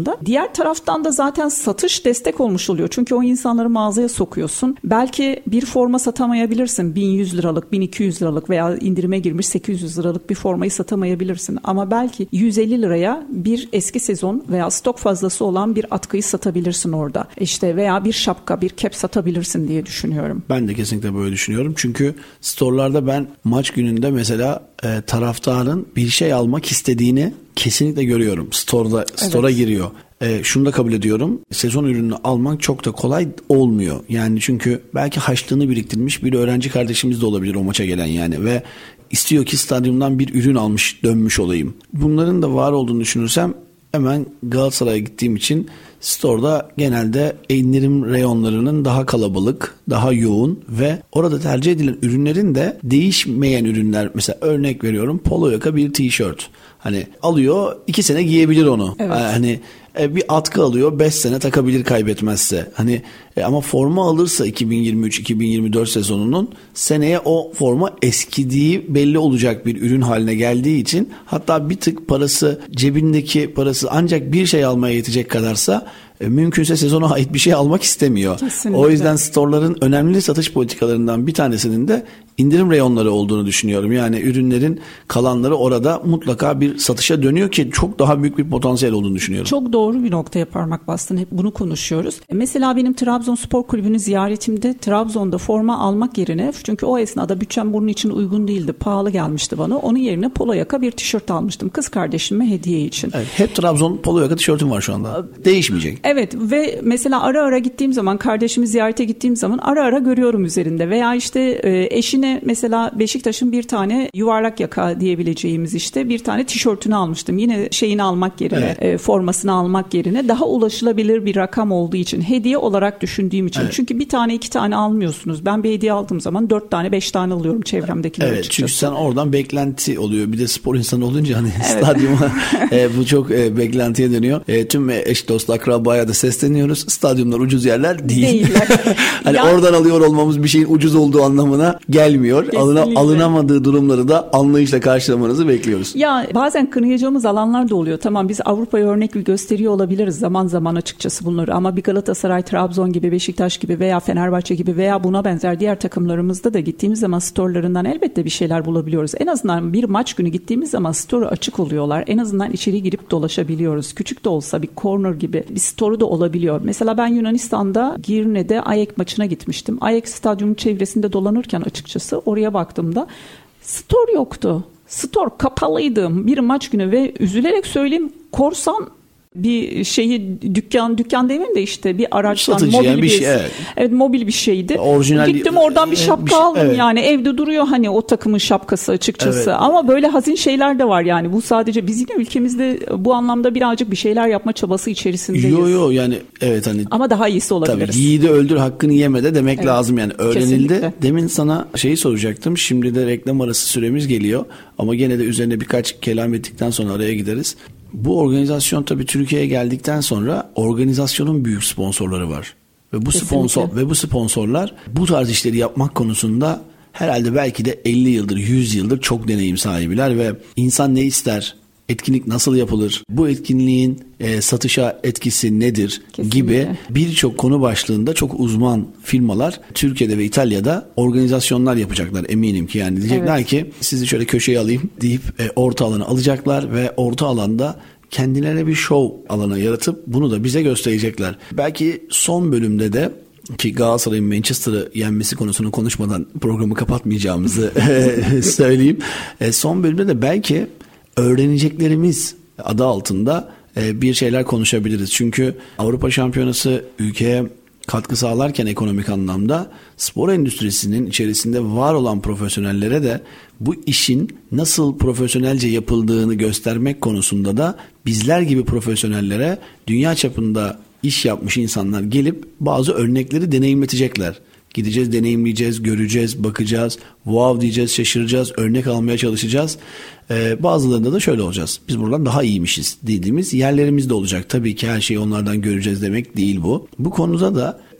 Diğer taraftan da zaten satış destek olmuş oluyor. Çünkü o insanları mağazaya sokuyorsun. Belki bir forma satamayabilirsin. bin yüz liralık, bin iki yüz liralık veya indirime girmiş sekiz yüz liralık bir formayı satamayabilirsin. Ama belki yüz elli liraya bir eski sezon veya stok fazlası olan bir atkıyı satabilirsin orada. İşte veya bir şapka, bir kep satabilirsin diye düşünüyorum. Ben de kesinlikle böyle düşünüyorum. Çünkü store'larda ben maç gününde mesela e, taraftarın bir şey almak istediğini kesinlikle görüyorum. Store'da, store'a evet. giriyor. E, şunu da kabul ediyorum. Sezon ürünü almak çok da kolay olmuyor. Yani çünkü belki harçlığını biriktirmiş bir öğrenci kardeşimiz de olabilir o maça gelen yani ve istiyor ki stadyumdan bir ürün almış dönmüş olayım. Bunların da var olduğunu düşünürsem hemen Galatasaray'a gittiğim için store'da genelde indirim reyonlarının daha kalabalık, daha yoğun ve orada tercih edilen ürünlerin de değişmeyen ürünler. Mesela örnek veriyorum, polo yaka bir tişört. Hani alıyor iki sene giyebilir onu. Evet. Hani bir atkı alıyor beş sene takabilir kaybetmezse. Hani ama forma alırsa iki bin yirmi üç iki bin yirmi dört sezonunun seneye o forma eskidiği belli olacak bir ürün haline geldiği için hatta bir tık parası cebindeki parası ancak bir şey almaya yetecek kadarsa mümkünse sezona ait bir şey almak istemiyor. Kesinlikle. O yüzden store'ların önemli satış politikalarından bir tanesinin de indirim reyonları olduğunu düşünüyorum. Yani ürünlerin kalanları orada mutlaka bir satışa dönüyor ki çok daha büyük bir potansiyel olduğunu düşünüyorum. Çok doğru bir noktaya parmak bastın. Hep bunu konuşuyoruz. Mesela benim Trabzonspor Kulübü'nü ziyaretimde Trabzon'da forma almak yerine, çünkü o esnada bütçem bunun için uygun değildi. Pahalı gelmişti bana. Onun yerine polo yaka bir tişört almıştım. Kız kardeşime hediye için. Evet, hep Trabzon polo yaka tişörtüm var şu anda. Değişmeyecek. Evet ve mesela ara ara gittiğim zaman, kardeşimi ziyarete gittiğim zaman ara ara görüyorum üzerinde veya işte eşine mesela Beşiktaş'ın bir tane yuvarlak yaka diyebileceğimiz işte bir tane tişörtünü almıştım. Yine şeyini almak yerine, evet. formasını almak yerine daha ulaşılabilir bir rakam olduğu için, hediye olarak düşündüğüm için. Evet. Çünkü bir tane iki tane almıyorsunuz. Ben bir hediye aldığım zaman dört tane beş tane alıyorum çevremdekiler evet, açıkçası. Çünkü sen oradan beklenti oluyor. Bir de spor insanı olunca hani evet. stadyuma e, bu çok e, beklentiye dönüyor. E, tüm eş dost akrabaya da sesleniyoruz. Stadyumlar ucuz yerler değil. Değiller. Hani yani, oradan alıyor olmamız bir şeyin ucuz olduğu anlamına gelmiyor. Alına, alınamadığı durumları da anlayışla karşılamanızı bekliyoruz. Ya bazen kınayacağımız alanlar da oluyor. Tamam, biz Avrupa'ya örnek bir gösteriyor olabiliriz zaman zaman açıkçası bunları. Ama bir Galatasaray, Trabzon gibi, Beşiktaş gibi veya Fenerbahçe gibi veya buna benzer diğer takımlarımızda da gittiğimiz zaman storelarından elbette bir şeyler bulabiliyoruz. En azından bir maç günü gittiğimiz zaman store açık oluyorlar. En azından içeri girip dolaşabiliyoruz. Küçük de olsa bir corner gibi bir store da olabiliyor. Mesela ben Yunanistan'da Girne'de Ajax maçına gitmiştim. Ajax stadyumun çevresinde dolanırken açıkçası oraya baktığımda store yoktu. Store kapalıydı bir maç günü ve üzülerek söyleyeyim, korsan bir şeyi dükkan dükkan demeyeyim de işte bir araçtan satıcı mobil yani bir bir şey, evet. evet mobil bir şeydi. Orijinal, gittim oradan bir şapka bir şey, aldım evet. Yani evde duruyor hani o takımın şapkası açıkçası. Evet. Ama böyle hazin şeyler de var yani. Bu sadece biz yine ülkemizde bu anlamda birazcık bir şeyler yapma çabası içerisindeyiz. Yo yo yani evet hani. Ama daha iyisi olabiliriz. Tabii yiğidi öldür hakkını yeme de demek evet. lazım yani. Öğrenildi. Kesinlikle. Demin sana şeyi soracaktım. Şimdi de reklam arası süremiz geliyor. Ama gene de üzerine birkaç kelam ettikten sonra araya gideriz. Bu organizasyon tabii Türkiye'ye geldikten sonra organizasyonun büyük sponsorları var. Ve bu Kesinlikle. sponsor ve bu sponsorlar bu tarz işleri yapmak konusunda herhalde belki de elli yıldır, yüz yıldır çok deneyim sahibiler ve insan ne ister, etkinlik nasıl yapılır, bu etkinliğin e, satışa etkisi nedir Kesinlikle. gibi birçok konu başlığında çok uzman firmalar Türkiye'de ve İtalya'da organizasyonlar yapacaklar eminim ki. Yani diyecekler evet. ki sizi şöyle köşeye alayım deyip e, orta alanı alacaklar ve orta alanda kendilerine bir show alanı yaratıp bunu da bize gösterecekler. Belki son bölümde de ki Galatasaray'ın Manchester'ı yenmesi konusunu konuşmadan programı kapatmayacağımızı söyleyeyim. E, son bölümde de belki öğreneceklerimiz adı altında bir şeyler konuşabiliriz. Çünkü Avrupa Şampiyonası ülkeye katkı sağlarken ekonomik anlamda spor endüstrisinin içerisinde var olan profesyonellere de bu işin nasıl profesyonelce yapıldığını göstermek konusunda da bizler gibi profesyonellere dünya çapında iş yapmış insanlar gelip bazı örnekleri deneyimletecekler. Gideceğiz, deneyimleyeceğiz, göreceğiz, bakacağız, wow diyeceğiz, şaşıracağız, örnek almaya çalışacağız. Ee, bazılarında da şöyle olacağız. Biz buradan daha iyiymişiz dediğimiz yerlerimiz de olacak. Tabii ki her şeyi onlardan göreceğiz demek değil bu. Bu konuda da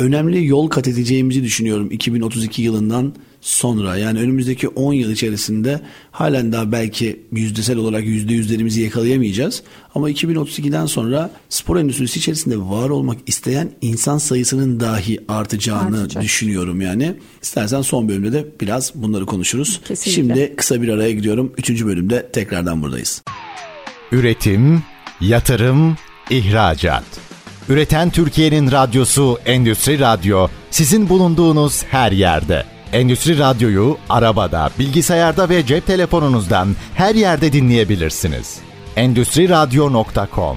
önemli yol kat edeceğimizi düşünüyorum iki bin otuz iki yılından sonra. Yani önümüzdeki on yıl içerisinde halen daha belki yüzdesel olarak yüzde yüzlerimizi yakalayamayacağız. Ama iki bin otuz ikiden sonra spor endüstrisi içerisinde var olmak isteyen insan sayısının dahi artacağını Artacak. düşünüyorum yani. İstersen son bölümde de biraz bunları konuşuruz. Kesinlikle. Şimdi kısa bir araya gidiyorum. Üçüncü bölümde tekrardan buradayız. Üretim, yatırım, ihracat. Üreten Türkiye'nin radyosu Endüstri Radyo, sizin bulunduğunuz her yerde. Endüstri Radyo'yu arabada, bilgisayarda ve cep telefonunuzdan her yerde dinleyebilirsiniz. endüstri radyo nokta com.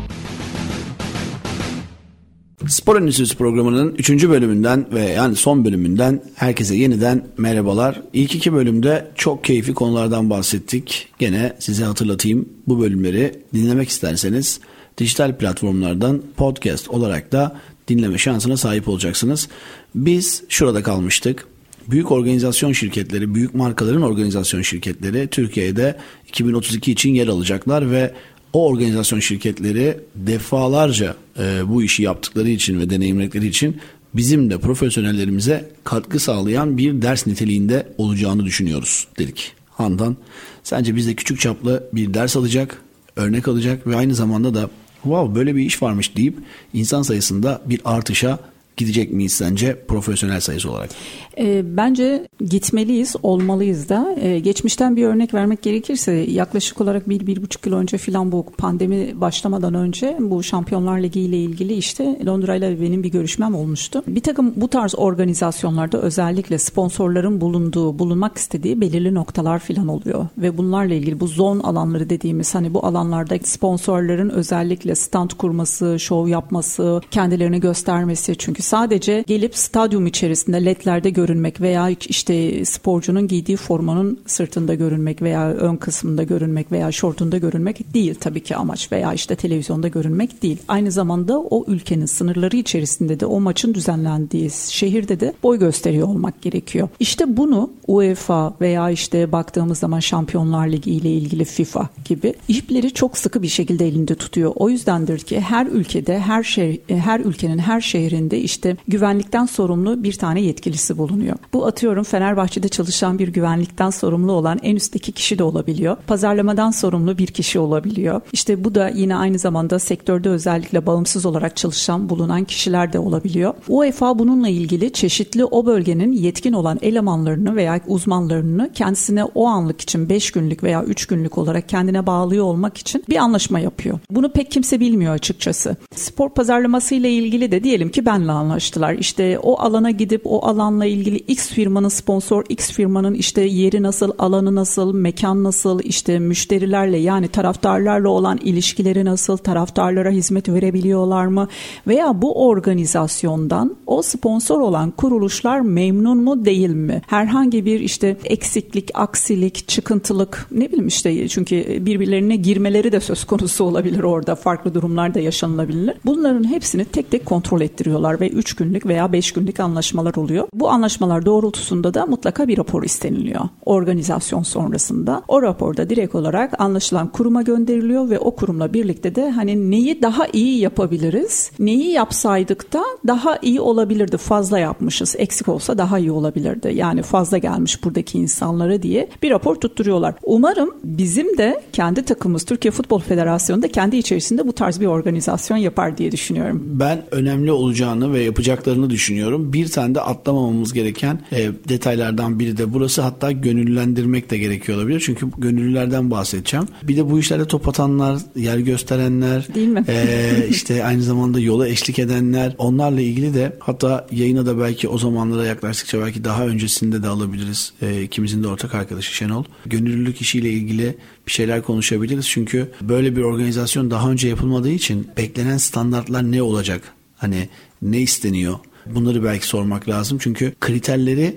Spor Endüstrisi programının üçüncü bölümünden ve yani son bölümünden herkese yeniden merhabalar. İlk iki bölümde çok keyifli konulardan bahsettik. Gene size hatırlatayım, bu bölümleri dinlemek isterseniz dijital platformlardan podcast olarak da dinleme şansına sahip olacaksınız. Biz şurada kalmıştık. Büyük organizasyon şirketleri, büyük markaların organizasyon şirketleri Türkiye'de iki bin otuz iki için yer alacaklar ve o organizasyon şirketleri defalarca e, bu işi yaptıkları için ve deneyimledikleri için bizim de profesyonellerimize katkı sağlayan bir ders niteliğinde olacağını düşünüyoruz dedik. Handan, sence bizde küçük çaplı bir ders alacak, örnek alacak ve aynı zamanda da wow böyle bir iş varmış deyip insan sayısında bir artışa gidecek miyiz sence profesyonel sayısı olarak? E, bence gitmeliyiz, olmalıyız da. E, geçmişten bir örnek vermek gerekirse yaklaşık olarak bir, bir buçuk yıl önce filan bu pandemi başlamadan önce bu Şampiyonlar Ligi ile ilgili işte Londra ile benim bir görüşmem olmuştu. Bir takım bu tarz organizasyonlarda özellikle sponsorların bulunduğu, bulunmak istediği belirli noktalar filan oluyor. Ve bunlarla ilgili bu zone alanları dediğimiz hani bu alanlarda sponsorların özellikle stand kurması, şov yapması, kendilerini göstermesi. Çünkü sadece gelip stadyum içerisinde ledlerde görünmek veya işte sporcunun giydiği formanın sırtında görünmek veya ön kısmında görünmek veya şortunda görünmek değil tabii ki amaç veya işte televizyonda görünmek değil. Aynı zamanda o ülkenin sınırları içerisinde de o maçın düzenlendiği şehirde de boy gösteriyor olmak gerekiyor. İşte bunu UEFA veya işte baktığımız zaman Şampiyonlar Ligi ile ilgili FIFA gibi ipleri çok sıkı bir şekilde elinde tutuyor. O yüzdendir ki her ülkede, her şey, her ülkenin her şehrinde işte İşte güvenlikten sorumlu bir tane yetkilisi bulunuyor. Bu atıyorum Fenerbahçe'de çalışan bir güvenlikten sorumlu olan en üstteki kişi de olabiliyor. Pazarlamadan sorumlu bir kişi olabiliyor. İşte bu da yine aynı zamanda sektörde özellikle bağımsız olarak çalışan bulunan kişiler de olabiliyor. UEFA bununla ilgili çeşitli o bölgenin yetkin olan elemanlarını veya uzmanlarını kendisine o anlık için beş günlük veya üç günlük olarak kendine bağlıyor olmak için bir anlaşma yapıyor. Bunu pek kimse bilmiyor açıkçası. Spor pazarlaması ile ilgili de diyelim ki benle anlaştılar. İşte o alana gidip o alanla ilgili X firmanın sponsor, X firmanın işte yeri nasıl, alanı nasıl, mekan nasıl, işte müşterilerle yani taraftarlarla olan ilişkileri nasıl, taraftarlara hizmet verebiliyorlar mı? Veya bu organizasyondan o sponsor olan kuruluşlar memnun mu değil mi? Herhangi bir işte eksiklik, aksilik, çıkıntılık ne bileyim işte çünkü birbirlerine girmeleri de söz konusu olabilir orada. Farklı durumlar da yaşanılabilir. Bunların hepsini tek tek kontrol ettiriyorlar ve üç günlük veya beş günlük anlaşmalar oluyor. Bu anlaşmalar doğrultusunda da mutlaka bir rapor isteniliyor. Organizasyon sonrasında o raporda direkt olarak anlaşılan kuruma gönderiliyor ve o kurumla birlikte de hani neyi daha iyi yapabiliriz, neyi yapsaydık da daha iyi olabilirdi, fazla yapmışız, eksik olsa daha iyi olabilirdi. Yani fazla gelmiş buradaki insanlara diye bir rapor tutturuyorlar. Umarım bizim de kendi takımımız Türkiye Futbol Federasyonu da kendi içerisinde bu tarz bir organizasyon yapar diye düşünüyorum. Ben önemli olacağını ve yapacaklarını düşünüyorum. Bir tane de atlamamamız gereken e, detaylardan biri de burası, hatta gönüllülendirmek de gerekiyor olabilir. Çünkü gönüllülerden bahsedeceğim. Bir de bu işlerde top atanlar, yer gösterenler, değil mi? E, işte aynı zamanda yola eşlik edenler, onlarla ilgili de hatta yayına da belki o zamanlara yaklaştıkça belki daha öncesinde de alabiliriz. E, ikimizin de ortak arkadaşı Şenol. Gönüllülük işiyle ilgili bir şeyler konuşabiliriz. Çünkü böyle bir organizasyon daha önce yapılmadığı için beklenen standartlar ne olacak? Hani ne isteniyor? Bunları belki sormak lazım. Çünkü kriterleri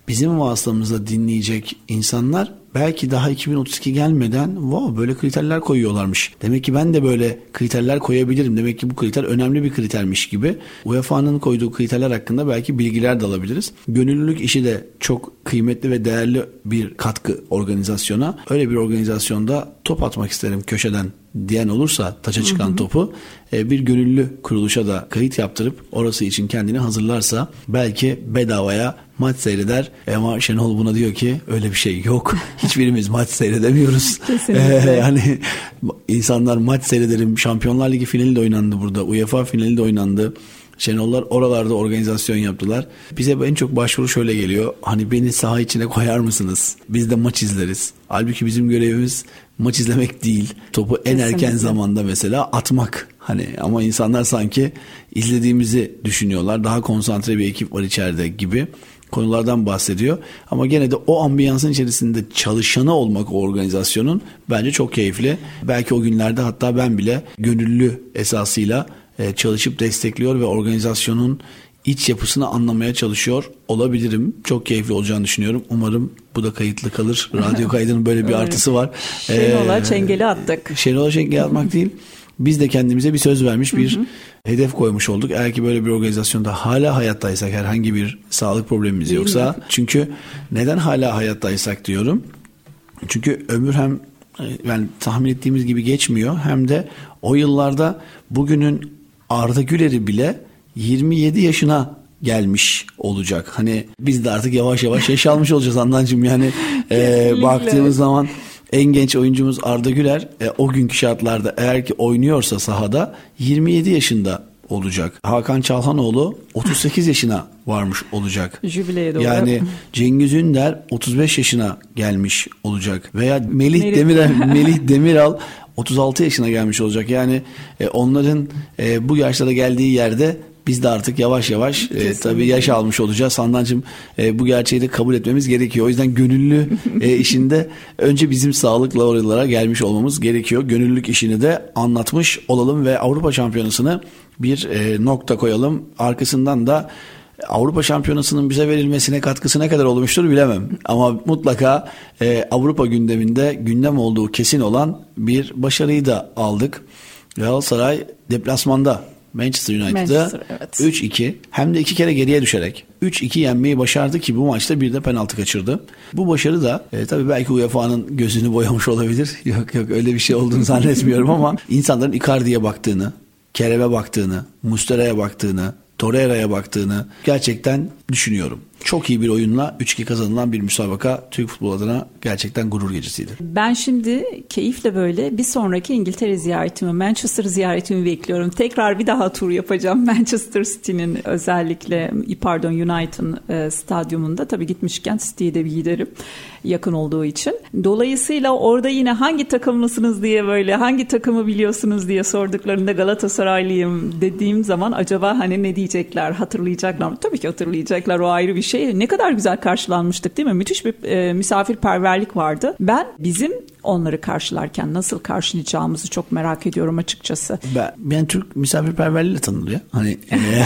bizim vasıtamızla dinleyecek insanlar belki daha iki bin otuz iki gelmeden wow böyle kriterler koyuyorlarmış. Demek ki ben de böyle kriterler koyabilirim. Demek ki bu kriter önemli bir kritermiş gibi. U E F A'nın koyduğu kriterler hakkında belki bilgiler de alabiliriz. Gönüllülük işi de çok kıymetli ve değerli bir katkı organizasyona. Öyle bir organizasyonda top atmak isterim köşeden diyen olursa taça çıkan hı hı. topu bir gönüllü kuruluşa da kayıt yaptırıp orası için kendini hazırlarsa belki bedavaya maç seyreder. Ama Şenol buna diyor ki öyle bir şey yok. Hiçbirimiz maç seyredemiyoruz. Kesinlikle. Ee, yani insanlar maç seyrederim. Şampiyonlar Ligi finali de oynandı burada. U E F A finali de oynandı. Şenollar oralarda organizasyon yaptılar. Bize en çok başvuru şöyle geliyor. Hani beni saha içine koyar mısınız? Biz de maç izleriz. Halbuki bizim görevimiz maç izlemek değil. Topu en erken zamanda mesela atmak. Hani ama insanlar sanki izlediğimizi düşünüyorlar. Daha konsantre bir ekip var içeride gibi konulardan bahsediyor. Ama gene de o ambiyansın içerisinde çalışanı olmak o organizasyonun bence çok keyifli. Belki o günlerde hatta ben bile gönüllü esasıyla çalışıp destekliyor ve organizasyonun iç yapısını anlamaya çalışıyor olabilirim. Çok keyifli olacağını düşünüyorum. Umarım bu da kayıtlı kalır. Radyo kaydının böyle bir artısı var. Şenol'a ee, çengeli attık. Şenol'a çengeli atmak değil. Biz de kendimize bir söz vermiş, bir hı hı. hedef koymuş olduk. Eğer ki böyle bir organizasyonda hala hayattaysak, herhangi bir sağlık problemimiz değil yoksa. Mi? Çünkü neden hala hayattaysak diyorum. Çünkü ömür hem yani tahmin ettiğimiz gibi geçmiyor. Hem de o yıllarda bugünün Arda Güler'i bile yirmi yedi yaşına gelmiş olacak. Hani biz de artık yavaş yavaş yaş almış olacağız Handancığım. Yani e, baktığımız zaman en genç oyuncumuz Arda Güler e, o günkü şartlarda eğer ki oynuyorsa sahada yirmi yedi yaşında olacak. Hakan Çalhanoğlu otuz sekiz yaşına varmış olacak. Jübileye doğru. Yani Cengiz Ünder otuz beş yaşına gelmiş olacak. Veya Melih, Melih. Demiral Melih Demiral otuz altı yaşına gelmiş olacak. Yani e, onların e, bu yaşlara geldiği yerde biz de artık yavaş yavaş e, tabii yaş almış olacağız. Handancığım e, bu gerçeği de kabul etmemiz gerekiyor. O yüzden gönüllü e, işinde önce bizim sağlıkla oralara gelmiş olmamız gerekiyor. Gönüllülük işini de anlatmış olalım ve Avrupa Şampiyonası'nı bir e, nokta koyalım. Arkasından da Avrupa Şampiyonası'nın bize verilmesine katkısı ne kadar olmuştur bilemem. Ama mutlaka e, Avrupa gündeminde gündem olduğu kesin olan bir başarıyı da aldık. Galatasaray deplasmanda Manchester United'da evet. üç iki hem de iki kere geriye düşerek üç iki yenmeyi başardı ki bu maçta bir de penaltı kaçırdı. Bu başarı da e, tabii belki U E F A'nın gözünü boyamış olabilir. Yok yok öyle bir şey olduğunu zannetmiyorum ama insanların Icardi'ye baktığını, Kerem'e baktığını, Muslera'ya baktığını, Torreira'ya baktığını gerçekten düşünüyorum. Çok iyi bir oyunla üç iki kazanılan bir müsabaka Türk futbolu adına gerçekten gurur gecesiydi. Ben şimdi keyifle böyle bir sonraki İngiltere ziyaretimi, Manchester ziyaretimi bekliyorum. Tekrar bir daha tur yapacağım Manchester City'nin özellikle pardon United'ın e, stadyumunda. Tabii gitmişken City'ye de bir giderim yakın olduğu için. Dolayısıyla orada yine hangi takımlısınız diye böyle hangi takımı biliyorsunuz diye sorduklarında Galatasaraylıyım dediğim zaman acaba hani ne diyecekler, hatırlayacaklar mı? Tabii ki hatırlayacaklar, o ayrı bir şey. Ne kadar güzel karşılanmıştık değil mi? Müthiş bir e, misafirperverlik vardı. Ben bizim onları karşılarken nasıl karşılayacağımızı çok merak ediyorum açıkçası. Ben, ben Türk misafirperverliğiyle tanınıyor. Hani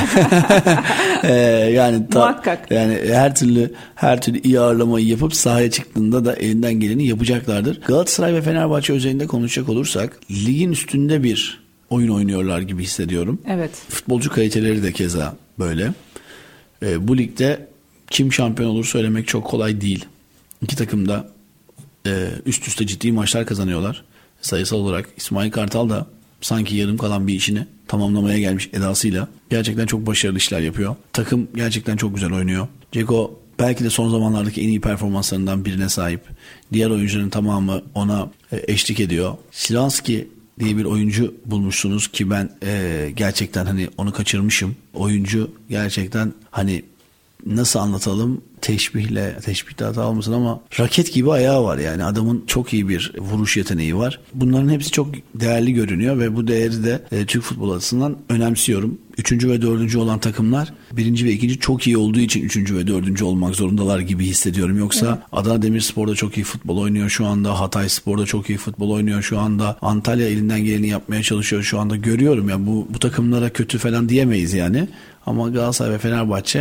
e, yani ta, muhakkak. Yani her türlü her türlü iyi ağırlamayı yapıp sahaya çıktığında da elinden geleni yapacaklardır. Galatasaray ve Fenerbahçe özelinde konuşacak olursak ligin üstünde bir oyun oynuyorlar gibi hissediyorum. Evet. Futbolcu kaliteleri de keza böyle. E, bu ligde kim şampiyon olur söylemek çok kolay değil. İki takım da e, üst üste ciddi maçlar kazanıyorlar. Sayısal olarak İsmail Kartal da sanki yarım kalan bir işini tamamlamaya gelmiş edasıyla gerçekten çok başarılı işler yapıyor. Takım gerçekten çok güzel oynuyor. Ceko belki de son zamanlardaki en iyi performanslarından birine sahip. Diğer oyuncuların tamamı ona e, eşlik ediyor. Silanski diye bir oyuncu bulmuşsunuz ki ben e, gerçekten hani onu kaçırmışım. Oyuncu gerçekten hani nasıl anlatalım, teşbihle, teşbihte hata olmasın ama raket gibi ayağı var yani adamın çok iyi bir vuruş yeteneği var. Bunların hepsi çok değerli görünüyor ve bu değeri de e, Türk futbolu açısından önemsiyorum. Üçüncü ve dördüncü olan takımlar birinci ve ikinci çok iyi olduğu için üçüncü ve dördüncü olmak zorundalar gibi hissediyorum. Yoksa evet. Adana Demirspor'da çok iyi futbol oynuyor şu anda. Hatay Spor'da çok iyi futbol oynuyor şu anda. Antalya elinden geleni yapmaya çalışıyor şu anda. Görüyorum ya bu, bu takımlara kötü falan diyemeyiz yani. Ama Galatasaray ve Fenerbahçe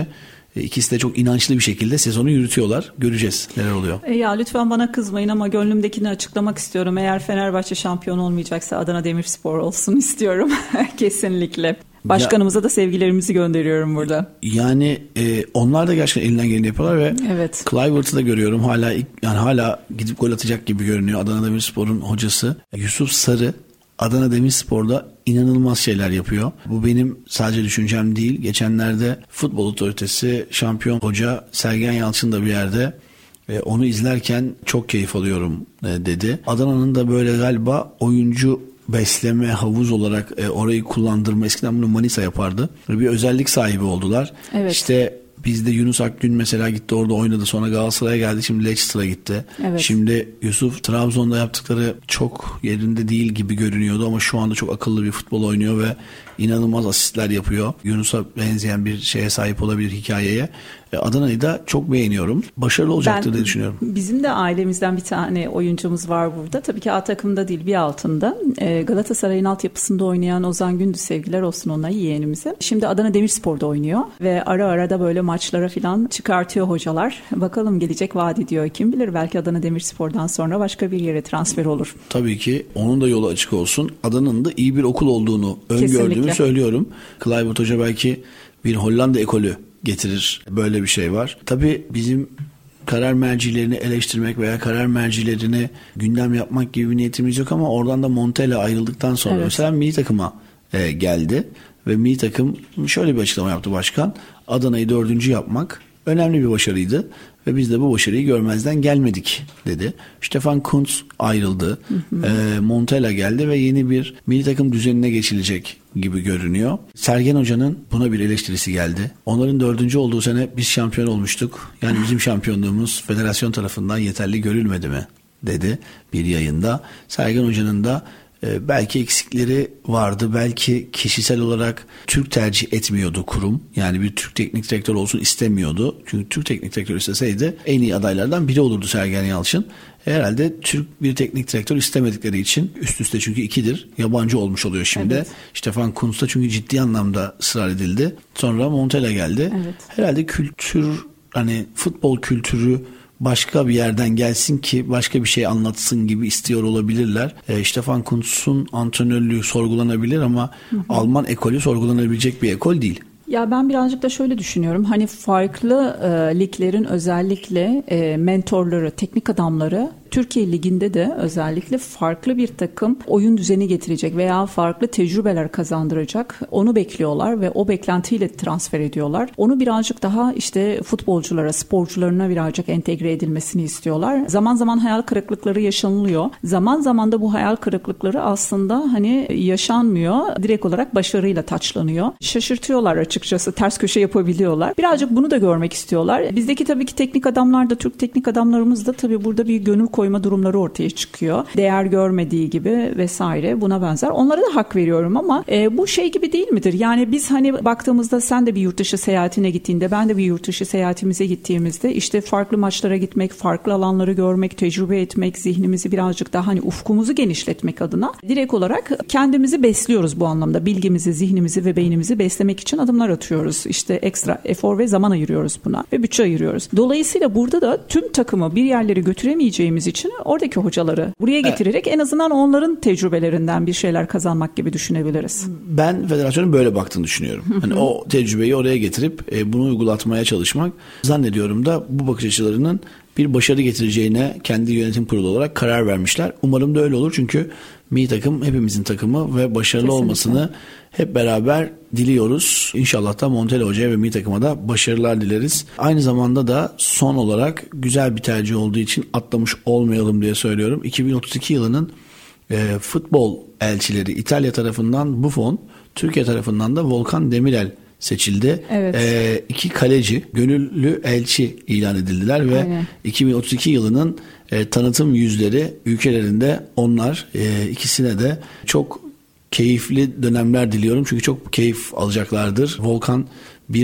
İkisi de çok inançlı bir şekilde sezonu yürütüyorlar. Göreceğiz neler oluyor. E ya lütfen bana kızmayın ama gönlümdekini açıklamak istiyorum. Eğer Fenerbahçe şampiyon olmayacaksa Adana Demirspor olsun istiyorum. Kesinlikle. Başkanımıza ya, da sevgilerimizi gönderiyorum burada. Yani e, onlar da gerçekten elinden geleni yapıyorlar ve evet. Kluivert'ı da görüyorum. Hala yani hala gidip gol atacak gibi görünüyor. Adana Demirspor'un hocası Yusuf Sarı Adana Demirspor'da inanılmaz şeyler yapıyor. Bu benim sadece düşüncem değil. Geçenlerde futbol otoritesi şampiyon hoca Sergen Yalçın da bir yerde e, onu izlerken çok keyif alıyorum e, dedi. Adana'nın da böyle galiba oyuncu besleme, havuz olarak e, orayı kullandırma, eskiden bunu Manisa yapardı. Bir özellik sahibi oldular. Evet. İşte bizde Yunus Akgün mesela gitti orada oynadı, sonra Galatasaray'a geldi, şimdi Leicester'a gitti. Evet. Şimdi Yusuf Trabzon'da yaptıkları çok yerinde değil gibi görünüyordu ama şu anda çok akıllı bir futbol oynuyor ve inanılmaz asistler yapıyor. Yunus'a benzeyen bir şeye sahip olabilir, hikayeye. Adana'yı da çok beğeniyorum. Başarılı olacaktır ben, diye düşünüyorum. Bizim de ailemizden bir tane oyuncumuz var burada. Tabii ki A takımda değil, bir altında. Galatasaray'ın altyapısında oynayan Ozan Gündüz, sevgiler olsun ona, yeğenimize. Şimdi Adana Demirspor'da oynuyor ve ara ara da böyle maçlara falan çıkartıyor hocalar. Bakalım gelecek vaat ediyor. Kim bilir, belki Adana Demirspor'dan sonra başka bir yere transfer olur. Tabii ki onun da yolu açık olsun. Adana'nın da iyi bir okul olduğunu öngördüğümü söylüyorum. Kluivert Hoca belki bir Hollanda ekolü getirir. Böyle bir şey var. Tabii bizim karar mercilerini eleştirmek veya karar mercilerini gündem yapmak gibi bir niyetimiz yok ama oradan da Montella ayrıldıktan sonra evet. mesela milli takıma e, geldi ve milli takım şöyle bir açıklama yaptı başkan. Adana'yı dördüncü yapmak önemli bir başarıydı ve biz de bu başarıyı görmezden gelmedik dedi. Stefan Kuntz ayrıldı. Hı hı. E, Montella geldi ve yeni bir milli takım düzenine geçilecek gibi görünüyor. Sergen Hoca'nın buna bir eleştirisi geldi. Onların dördüncü olduğu sene biz şampiyon olmuştuk. Yani bizim şampiyonluğumuz federasyon tarafından yeterli görülmedi mi dedi bir yayında. Sergen Hoca'nın da e, belki eksikleri vardı. Belki kişisel olarak Türk tercih etmiyordu kurum. Yani bir Türk teknik direktör olsun istemiyordu. Çünkü Türk teknik direktör isteseydi en iyi adaylardan biri olurdu Sergen Yalçın. Herhalde Türk bir teknik direktör istemedikleri için, üst üste çünkü ikidir, yabancı olmuş oluyor şimdi. Evet. Stefan Kuntz'ta çünkü ciddi anlamda ısrar edildi. Sonra Montella geldi. Evet. Herhalde kültür, hani futbol kültürü başka bir yerden gelsin ki başka bir şey anlatsın gibi istiyor olabilirler. E, Stefan Kuntz'un antrenörlüğü sorgulanabilir ama hı hı. Alman ekolü sorgulanabilecek bir ekol değil. Ya ben birazcık da şöyle düşünüyorum. Hani farklı e, liglerin özellikle e, mentorları, teknik adamları Türkiye Ligi'nde de özellikle farklı bir takım oyun düzeni getirecek veya farklı tecrübeler kazandıracak. Onu bekliyorlar ve o beklentiyle transfer ediyorlar. Onu birazcık daha işte futbolculara, sporcularına birazcık entegre edilmesini istiyorlar. Zaman zaman hayal kırıklıkları yaşanılıyor. Zaman zaman da bu hayal kırıklıkları aslında hani yaşanmıyor. Direkt olarak başarıyla taçlanıyor. Şaşırtıyorlar açıkçası. Ters köşe yapabiliyorlar. Birazcık bunu da görmek istiyorlar. Bizdeki tabii ki teknik adamlar da, Türk teknik adamlarımız da tabii burada bir gönül koyma durumları ortaya çıkıyor. Değer görmediği gibi vesaire, buna benzer. Onlara da hak veriyorum ama e, bu şey gibi değil midir? Yani biz hani baktığımızda sen de bir yurt dışı seyahatine gittiğinde, ben de bir yurt dışı seyahatimize gittiğimizde işte farklı maçlara gitmek, farklı alanları görmek, tecrübe etmek, zihnimizi birazcık daha hani ufkumuzu genişletmek adına direkt olarak kendimizi besliyoruz bu anlamda. Bilgimizi, zihnimizi ve beynimizi beslemek için adımlar atıyoruz. İşte ekstra efor ve zaman ayırıyoruz buna ve bütçe ayırıyoruz. Dolayısıyla burada da tüm takımı bir yerlere götüremeyeceğimiz için oradaki hocaları buraya getirerek evet. en azından onların tecrübelerinden bir şeyler kazanmak gibi düşünebiliriz. Ben federasyonun böyle baktığını düşünüyorum. Hani o tecrübeyi oraya getirip e, bunu uygulatmaya çalışmak, zannediyorum da bu bakış açılarının bir başarı getireceğine kendi yönetim kurulu olarak karar vermişler. Umarım da öyle olur çünkü milli takım hepimizin takımı ve başarılı Kesinlikle. olmasını hep beraber diliyoruz. İnşallah da Montella Hoca'ya ve milli takıma da başarılar dileriz. Aynı zamanda da son olarak güzel bir tercih olduğu için atlamış olmayalım diye söylüyorum. iki bin otuz iki yılının e, futbol elçileri İtalya tarafından Buffon, Türkiye tarafından da Volkan Demirel seçildi. Evet. E, iki kaleci gönüllü elçi ilan edildiler ve Aynen. iki bin otuz iki yılının e, tanıtım yüzleri ülkelerinde onlar. E, ikisine de çok keyifli dönemler diliyorum. Çünkü çok keyif alacaklardır. Volkan bir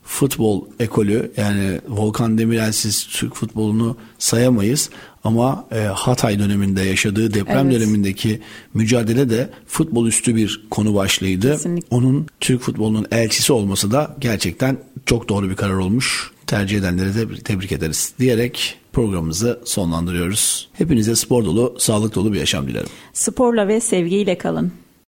futbol ekolü, yani Volkan Demirel'siz Türk futbolunu sayamayız. Ama e, Hatay döneminde yaşadığı deprem evet. dönemindeki mücadele de futbol üstü bir konu başlığıydı. Kesinlikle. Onun Türk futbolunun elçisi olması da gerçekten çok doğru bir karar olmuş. Tercih edenleri de tebrik ederiz diyerek programımızı sonlandırıyoruz. Hepinize spor dolu, sağlık dolu bir yaşam dilerim. Sporla ve sevgiyle kalın.